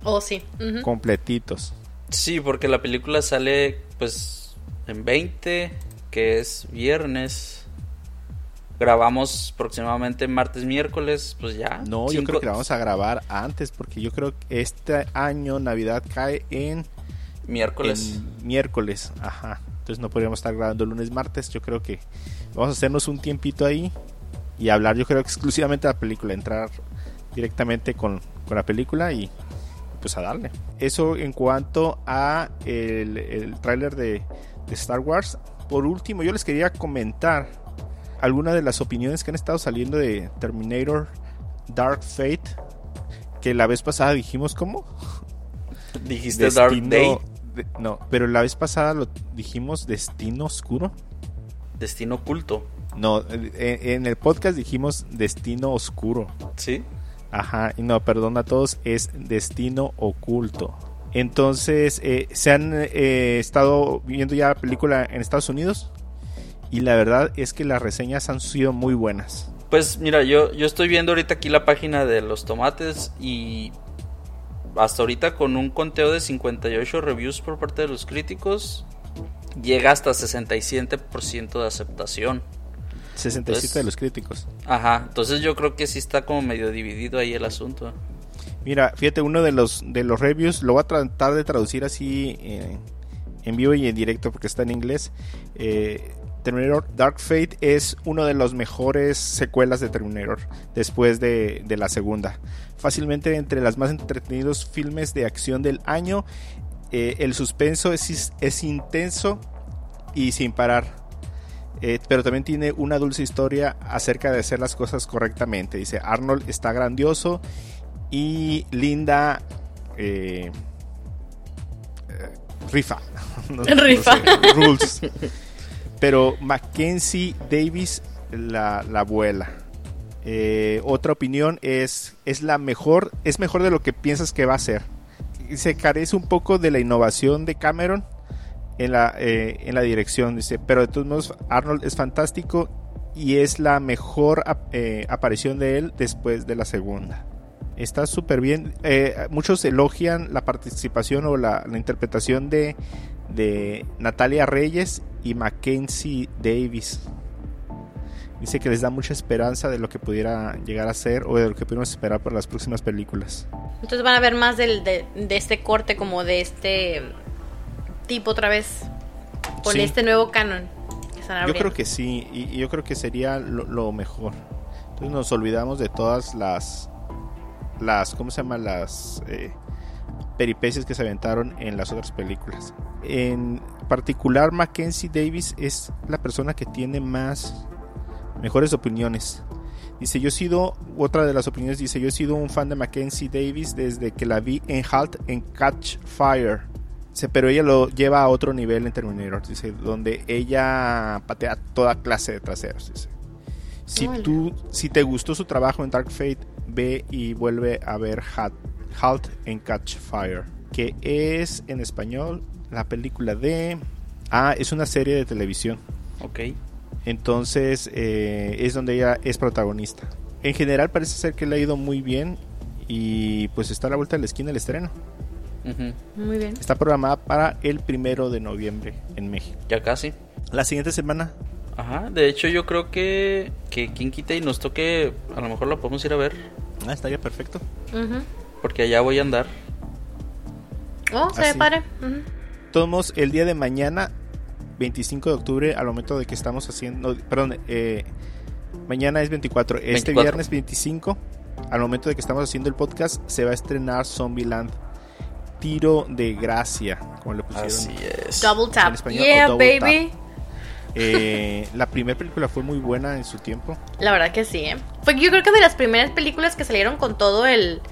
[SPEAKER 4] Oh, sí.
[SPEAKER 3] Completitos.
[SPEAKER 5] Sí, porque la película sale pues en 20, que es viernes. Grabamos aproximadamente martes, miércoles, pues ya.
[SPEAKER 3] No, yo creo que la vamos a grabar antes, porque yo creo que este año Navidad cae en miércoles, ajá. Entonces no podríamos estar grabando lunes, martes. Yo creo que vamos a hacernos un tiempito ahí y hablar, yo creo que exclusivamente de la película, entrar directamente con la película y pues a darle. Eso en cuanto a el tráiler de Star Wars. Por último, yo les quería comentar algunas de las opiniones que han estado saliendo de Terminator Dark Fate, que la vez pasada dijimos, ¿cómo?
[SPEAKER 5] ¿Dijiste Dark Day?
[SPEAKER 3] No, pero la vez pasada lo dijimos Destino Oscuro.
[SPEAKER 5] Destino Oculto.
[SPEAKER 3] No, en el podcast dijimos Destino Oscuro.
[SPEAKER 5] ¿Sí?
[SPEAKER 3] Ajá, y no, perdón a todos, es Destino Oculto. Entonces, se han estado viendo ya la película en Estados Unidos y la verdad es que las reseñas han sido muy buenas.
[SPEAKER 5] Pues mira, yo estoy viendo ahorita aquí la página de Los Tomates y hasta ahorita con un conteo de 58 reviews por parte de los críticos llega hasta 67% de aceptación.
[SPEAKER 3] 67 entonces, de los críticos.
[SPEAKER 5] Ajá, entonces yo creo que sí está como medio dividido ahí el asunto.
[SPEAKER 3] Mira, fíjate, uno de los reviews lo voy a tratar de traducir así en vivo y en directo porque está en inglés. Terminator Dark Fate es uno de los mejores secuelas de Terminator después de la segunda. Fácilmente entre las más entretenidos filmes de acción del año. El suspenso es intenso y sin parar. Pero también tiene una dulce historia acerca de hacer las cosas correctamente. Dice, Arnold está grandioso y Linda rifa.
[SPEAKER 4] Rifa.
[SPEAKER 3] No sé, rules. Pero Mackenzie Davis la vuela. Otra opinión es mejor de lo que piensas que va a ser. Se carece un poco de la innovación de Cameron en la dirección, dice, pero de todos modos Arnold es fantástico y es la mejor aparición de él después de la segunda. Está súper bien. Muchos elogian la participación o la interpretación de Natalia Reyes y Mackenzie Davis. Dice que les da mucha esperanza de lo que pudiera llegar a ser o de lo que podemos esperar por las próximas películas.
[SPEAKER 4] Entonces van a ver más de este corte, como de este tipo otra vez, con
[SPEAKER 3] sí.
[SPEAKER 4] Este nuevo canon que están abriendo.
[SPEAKER 3] Yo creo que sí, y yo creo que sería lo mejor. Entonces nos olvidamos de todas las ¿cómo se llama? Las peripecias que se aventaron en las otras películas. En particular, Mackenzie Davis es la persona que tiene mejores opiniones. Dice, otra de las opiniones dice, yo he sido un fan de Mackenzie Davis desde que la vi en Halt en Catch Fire. Dice, pero ella lo lleva a otro nivel en Terminator, dice, donde ella patea toda clase de traseros. Dice, si te gustó su trabajo en Dark Fate, ve y vuelve a ver Halt en Catch Fire, que es en español la película es una serie de televisión.
[SPEAKER 5] Ok.
[SPEAKER 3] Entonces es donde ella es protagonista. En general parece ser que le ha ido muy bien y pues está a la vuelta de la esquina el estreno.
[SPEAKER 5] Uh-huh.
[SPEAKER 4] Muy bien.
[SPEAKER 3] Está programada para el 1 de noviembre en México.
[SPEAKER 5] Ya casi.
[SPEAKER 3] La siguiente semana.
[SPEAKER 5] Ajá, de hecho yo creo que quien quita y nos toque, a lo mejor la podemos ir a ver.
[SPEAKER 3] Estaría perfecto.
[SPEAKER 4] Uh-huh.
[SPEAKER 5] Porque allá voy a andar.
[SPEAKER 4] Se ve padre. Uh-huh.
[SPEAKER 3] Todos el día de mañana 25 de octubre, al momento de que estamos haciendo, mañana es 24, este viernes 25, al momento de que estamos haciendo el podcast, se va a estrenar Zombieland, Tiro de Gracia, como le pusieron.
[SPEAKER 5] Así es.
[SPEAKER 4] Double tap.
[SPEAKER 3] En español,
[SPEAKER 4] Yeah,
[SPEAKER 3] Double
[SPEAKER 4] baby.
[SPEAKER 3] Tap. La primera película fue muy buena en su tiempo.
[SPEAKER 4] La verdad que sí, Fue yo creo que de las primeras películas que salieron con todo el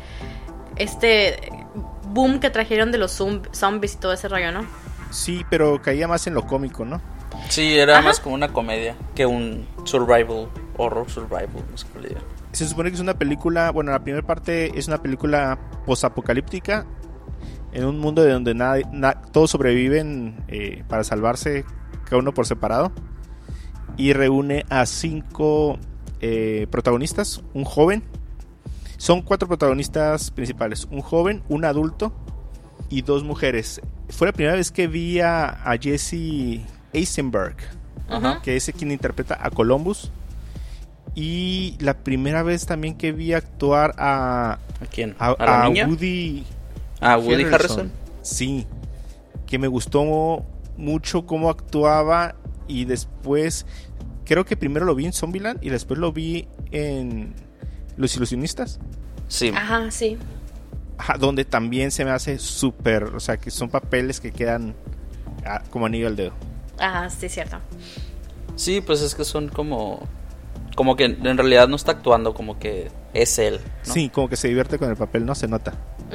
[SPEAKER 4] boom que trajeron de los zombies y todo ese rollo, ¿no?
[SPEAKER 3] Sí, pero caía más en lo cómico, ¿no?
[SPEAKER 5] Sí, era más como una comedia que un horror survival, no sé cómo le digo.
[SPEAKER 3] Se supone que es una película, bueno, la primera parte es una película posapocalíptica en un mundo de donde todos sobreviven para salvarse, cada uno por separado, y reúne a 5 protagonistas, un joven, Son 4 protagonistas principales, un joven, un adulto y 2 mujeres. Fue la primera vez que vi a Jesse Eisenberg, que es quien interpreta a Columbus. Y la primera vez también que vi actuar ¿a
[SPEAKER 5] quién? ¿A la niña?
[SPEAKER 3] Woody.
[SPEAKER 5] ¿A Woody Harrelson?
[SPEAKER 3] Sí, que me gustó mucho cómo actuaba. Y después, creo que primero lo vi en Zombieland y después lo vi en Los Ilusionistas.
[SPEAKER 4] Sí. Ajá, sí.
[SPEAKER 3] Donde también se me hace súper, o sea, que son papeles que quedan como anillo al dedo.
[SPEAKER 4] Ajá, sí, cierto.
[SPEAKER 5] Sí, pues es que son como que en realidad no está actuando, como que es él, ¿no?
[SPEAKER 3] Sí, como que se divierte con el papel, ¿no? Se nota.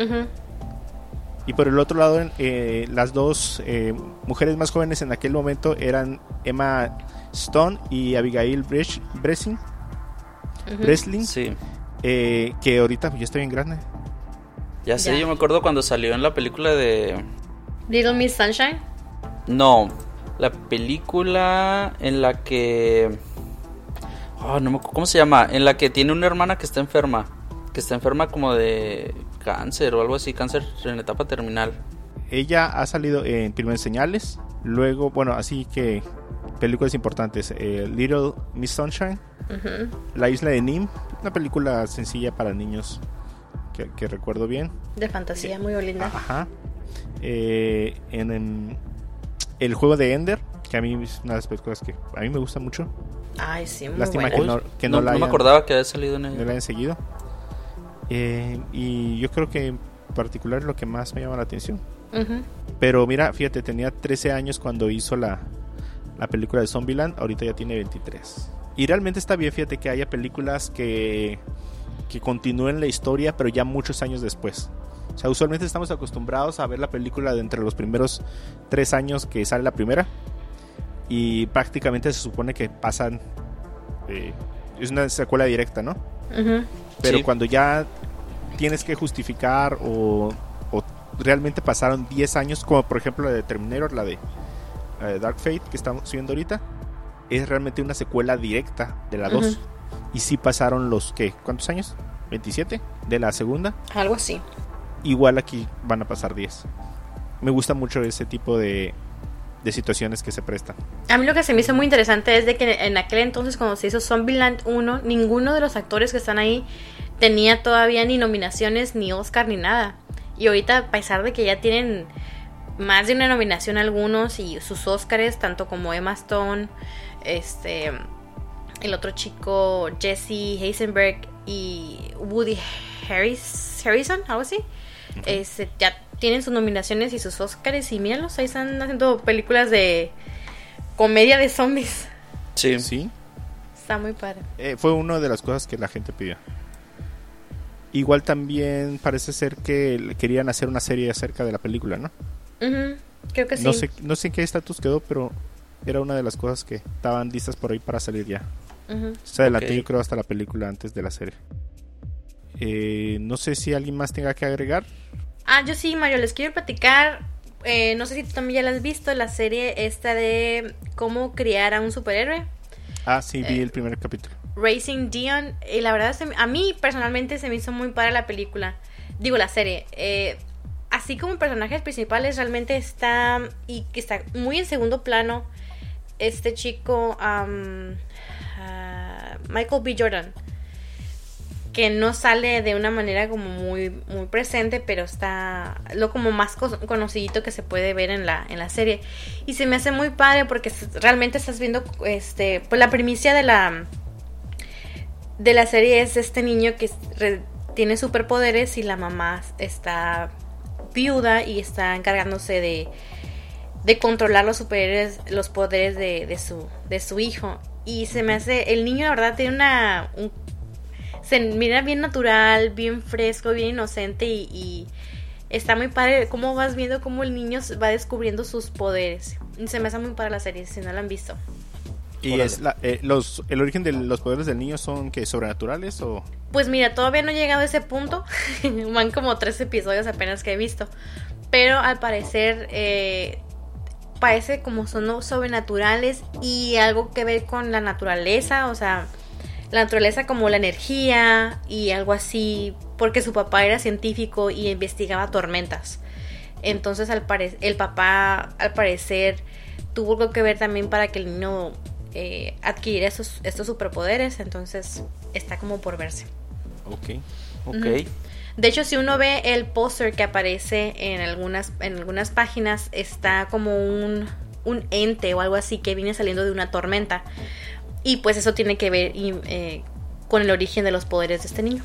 [SPEAKER 3] Y por el otro lado, las 2 mujeres más jóvenes en aquel momento eran Emma Stone y Abigail Breslin.
[SPEAKER 5] Sí.
[SPEAKER 3] Que ahorita ya estoy bien grande.
[SPEAKER 5] Ya sé, yo me acuerdo cuando salió en la película de
[SPEAKER 4] Little Miss Sunshine.
[SPEAKER 5] No, la película en la que no me acuerdo cómo se llama, en la que tiene una hermana que está enferma como de cáncer o algo así, cáncer en etapa terminal.
[SPEAKER 3] Ella ha salido en Primeras Señales, luego, bueno, así que películas importantes, Little Miss Sunshine, La Isla de Nim, una película sencilla para niños que recuerdo bien.
[SPEAKER 4] De fantasía, muy linda.
[SPEAKER 3] Ajá. En El Juego de Ender, que a mí es una de las películas que a mí me gusta mucho.
[SPEAKER 4] Ay, sí, muy
[SPEAKER 3] lástima
[SPEAKER 4] buena.
[SPEAKER 3] que no
[SPEAKER 5] me acordaba que había salido en ella.
[SPEAKER 3] No la hayan seguido. Y yo creo que en particular es lo que más me llama la atención. Pero mira, fíjate, tenía 13 años cuando hizo la película de Zombieland. Ahorita ya tiene 23. Y realmente está bien, fíjate, que haya películas que continúen la historia, pero ya muchos años después. O sea, usualmente estamos acostumbrados a ver la película de entre los primeros 3 años que sale la primera, y prácticamente se supone que pasan, es una secuela directa, ¿no? Pero sí, cuando ya tienes que justificar o realmente pasaron 10 años, como por ejemplo la de Terminator, la de Dark Fate que estamos viendo ahorita, es realmente una secuela directa de la 2. Y sí pasaron los, ¿cuántos años? ¿27? De la segunda.
[SPEAKER 4] Algo así.
[SPEAKER 3] Igual aquí van a pasar 10. Me gusta mucho ese tipo de situaciones que se prestan.
[SPEAKER 4] A mí lo que se me hizo muy interesante es de que en aquel entonces, cuando se hizo Zombieland 1, ninguno de los actores que están ahí tenía todavía ni nominaciones, ni Oscar, ni nada. Y ahorita, a pesar de que ya tienen más de una nominación algunos y sus Oscars, tanto como Emma Stone, el otro chico Jesse Eisenberg y Woody Harrelson, algo así, ya tienen sus nominaciones y sus Oscars, y míralos, ahí están haciendo películas de comedia de zombies.
[SPEAKER 3] Sí, sí.
[SPEAKER 4] Está muy padre.
[SPEAKER 3] Fue una de las cosas que la gente pidió. Igual también parece ser que querían hacer una serie acerca de la película, ¿no?
[SPEAKER 4] Creo que sí.
[SPEAKER 3] No sé en qué estatus quedó, pero era una de las cosas que estaban listas por ahí para salir ya. Se adelantó, yo creo, hasta la película antes de la serie. No sé si alguien más tenga que agregar.
[SPEAKER 4] Yo sí, Mario, les quiero platicar. No sé si tú también ya la has visto, la serie esta de cómo criar a un superhéroe.
[SPEAKER 3] Sí, vi el primer capítulo.
[SPEAKER 4] Raising Dion. Y la verdad, a mí personalmente se me hizo muy padre la película. Digo, la serie. Así como personajes principales, realmente está muy en segundo plano este chico, Michael B. Jordan, que no sale de una manera como muy, muy presente, pero está lo como más conocidito que se puede ver en la serie. Y se me hace muy padre porque realmente estás viendo pues la primicia de la serie es este niño que tiene superpoderes y la mamá está viuda y está encargándose de controlar los poderes de su hijo. Y se me hace, el niño la verdad tiene se mira bien natural, bien fresco, bien inocente, y está muy padre cómo vas viendo cómo el niño va descubriendo sus poderes. Y se me hace muy padre la serie, si no la han visto.
[SPEAKER 3] ¿Y es el origen de los poderes del niño son que sobrenaturales o...?
[SPEAKER 4] Pues mira, todavía no he llegado a ese punto. Van como 3 episodios apenas que he visto. Pero al parecer parece como son sobrenaturales y algo que ver con la naturaleza. O sea, naturaleza como la energía y algo así, porque su papá era científico y investigaba tormentas. Entonces el papá al parecer tuvo algo que ver también para que el niño adquiriera estos superpoderes. Entonces está como por verse.
[SPEAKER 3] Ok.
[SPEAKER 4] De hecho, si uno ve el póster que aparece en algunas páginas, está como un ente o algo así que viene saliendo de una tormenta. Y pues eso tiene que ver con el origen de los poderes de este niño.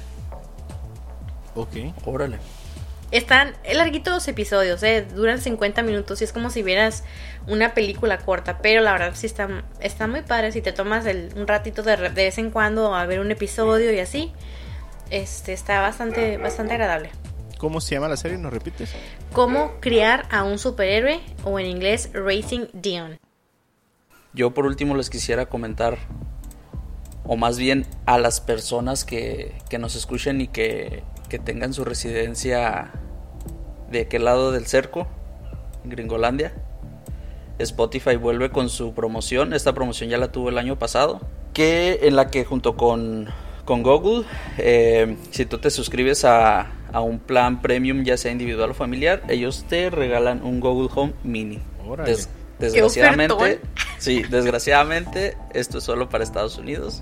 [SPEAKER 3] Ok.
[SPEAKER 5] Órale.
[SPEAKER 4] Están larguitos los episodios, duran 50 minutos y es como si vieras una película corta, pero la verdad sí está muy padre si te tomas un ratito de vez en cuando a ver un episodio y así. Está bastante agradable.
[SPEAKER 3] ¿Cómo se llama la serie? ¿Nos repites?
[SPEAKER 4] Cómo criar a un superhéroe, o en inglés Raising Dion.
[SPEAKER 5] Yo por último les quisiera comentar, o más bien a las personas que nos escuchen y que tengan su residencia de aquel lado del cerco, en Gringolandia. Spotify vuelve con su promoción. Esta promoción ya la tuvo el año pasado, en la que junto con Google, si tú te suscribes a un plan premium, ya sea individual o familiar, ellos te regalan un Google Home Mini. Desgraciadamente, desgraciadamente esto es solo para Estados Unidos.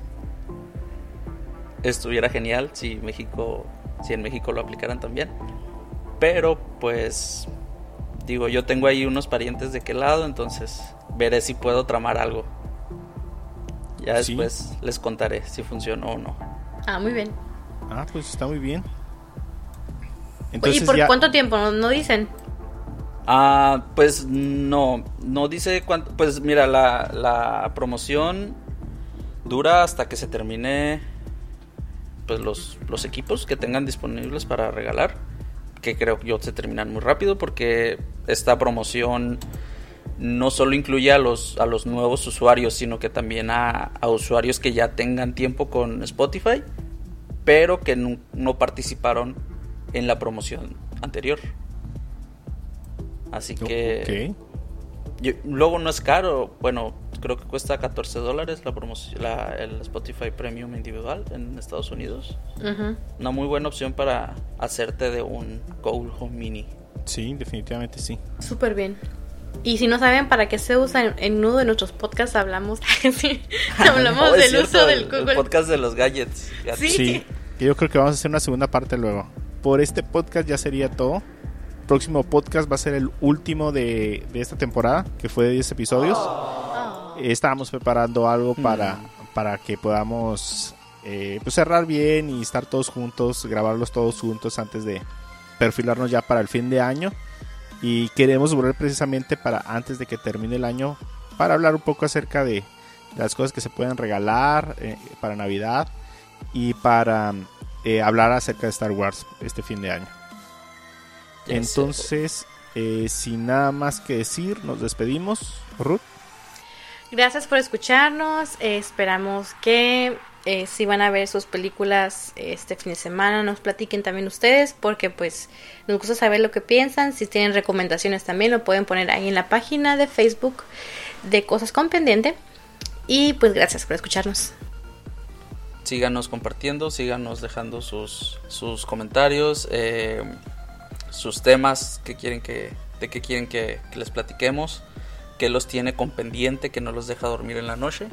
[SPEAKER 5] Estuviera genial si en México lo aplicaran también, pero pues digo, yo tengo ahí unos parientes de qué lado, entonces veré si puedo tramar algo. Ya después les contaré si funcionó o no.
[SPEAKER 4] Muy bien.
[SPEAKER 3] Pues está muy bien.
[SPEAKER 4] Entonces, ¿y por cuánto tiempo? ¿No dicen?
[SPEAKER 5] Pues no dice cuánto. Pues mira, la promoción dura hasta que se termine, pues los equipos que tengan disponibles para regalar, que creo que se terminan muy rápido, porque esta promoción no solo incluye a los nuevos usuarios, sino que también a usuarios que ya tengan tiempo con Spotify, pero que no participaron en la promoción anterior. Así que luego no es caro. Bueno, creo que cuesta $14 la promoción, el Spotify Premium individual en Estados Unidos. Uh-huh. Una muy buena opción para hacerte de un Google Home Mini.
[SPEAKER 3] Sí, definitivamente sí.
[SPEAKER 4] Súper bien. Y si no saben para qué se usa, en uno de nuestros podcasts hablamos del uso del Google.
[SPEAKER 5] El podcast de los gadgets.
[SPEAKER 3] Sí, yo creo que vamos a hacer una segunda parte luego. Por este podcast ya sería todo. Próximo podcast va a ser el último de esta temporada, que fue de 10 episodios. Estábamos preparando algo para que podamos pues cerrar bien y estar todos juntos, grabarlos todos juntos antes de perfilarnos ya para el fin de año. Y queremos volver precisamente para antes de que termine el año, para hablar un poco acerca de las cosas que se pueden regalar para Navidad y para hablar acerca de Star Wars este fin de año. Entonces, sin nada más que decir, nos despedimos. Ruth.
[SPEAKER 4] Gracias por escucharnos. Esperamos que si van a ver sus películas este fin de semana, nos platiquen también ustedes, porque pues nos gusta saber lo que piensan. Si tienen recomendaciones también lo pueden poner ahí en la página de Facebook de Cosas con Pendiente. Y pues gracias por escucharnos.
[SPEAKER 5] Síganos compartiendo, síganos dejando sus comentarios, sus temas que quieren que les platiquemos, que los tiene con pendiente, que no los deja dormir en la noche.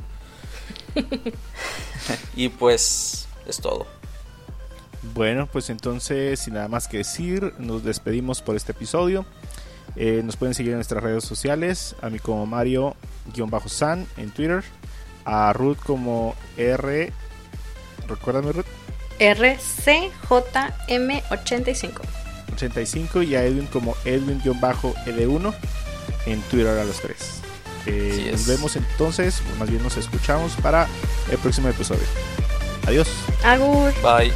[SPEAKER 5] Y pues es todo.
[SPEAKER 3] Bueno, pues entonces sin nada más que decir, nos despedimos por este episodio. Nos pueden seguir en nuestras redes sociales, a mí como Mario-San en Twitter, a Ruth como recuérdame Ruth,
[SPEAKER 4] RCJM85
[SPEAKER 3] y a Edwin como Edwin-Ed1 en Twitter a los tres. Nos vemos entonces, más bien nos escuchamos para el próximo episodio. Adiós.
[SPEAKER 4] Agur.
[SPEAKER 5] Bye.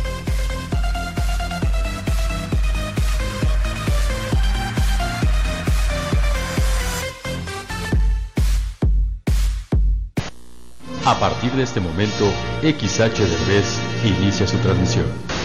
[SPEAKER 6] A partir de este momento, XH Derbez inicia su transmisión.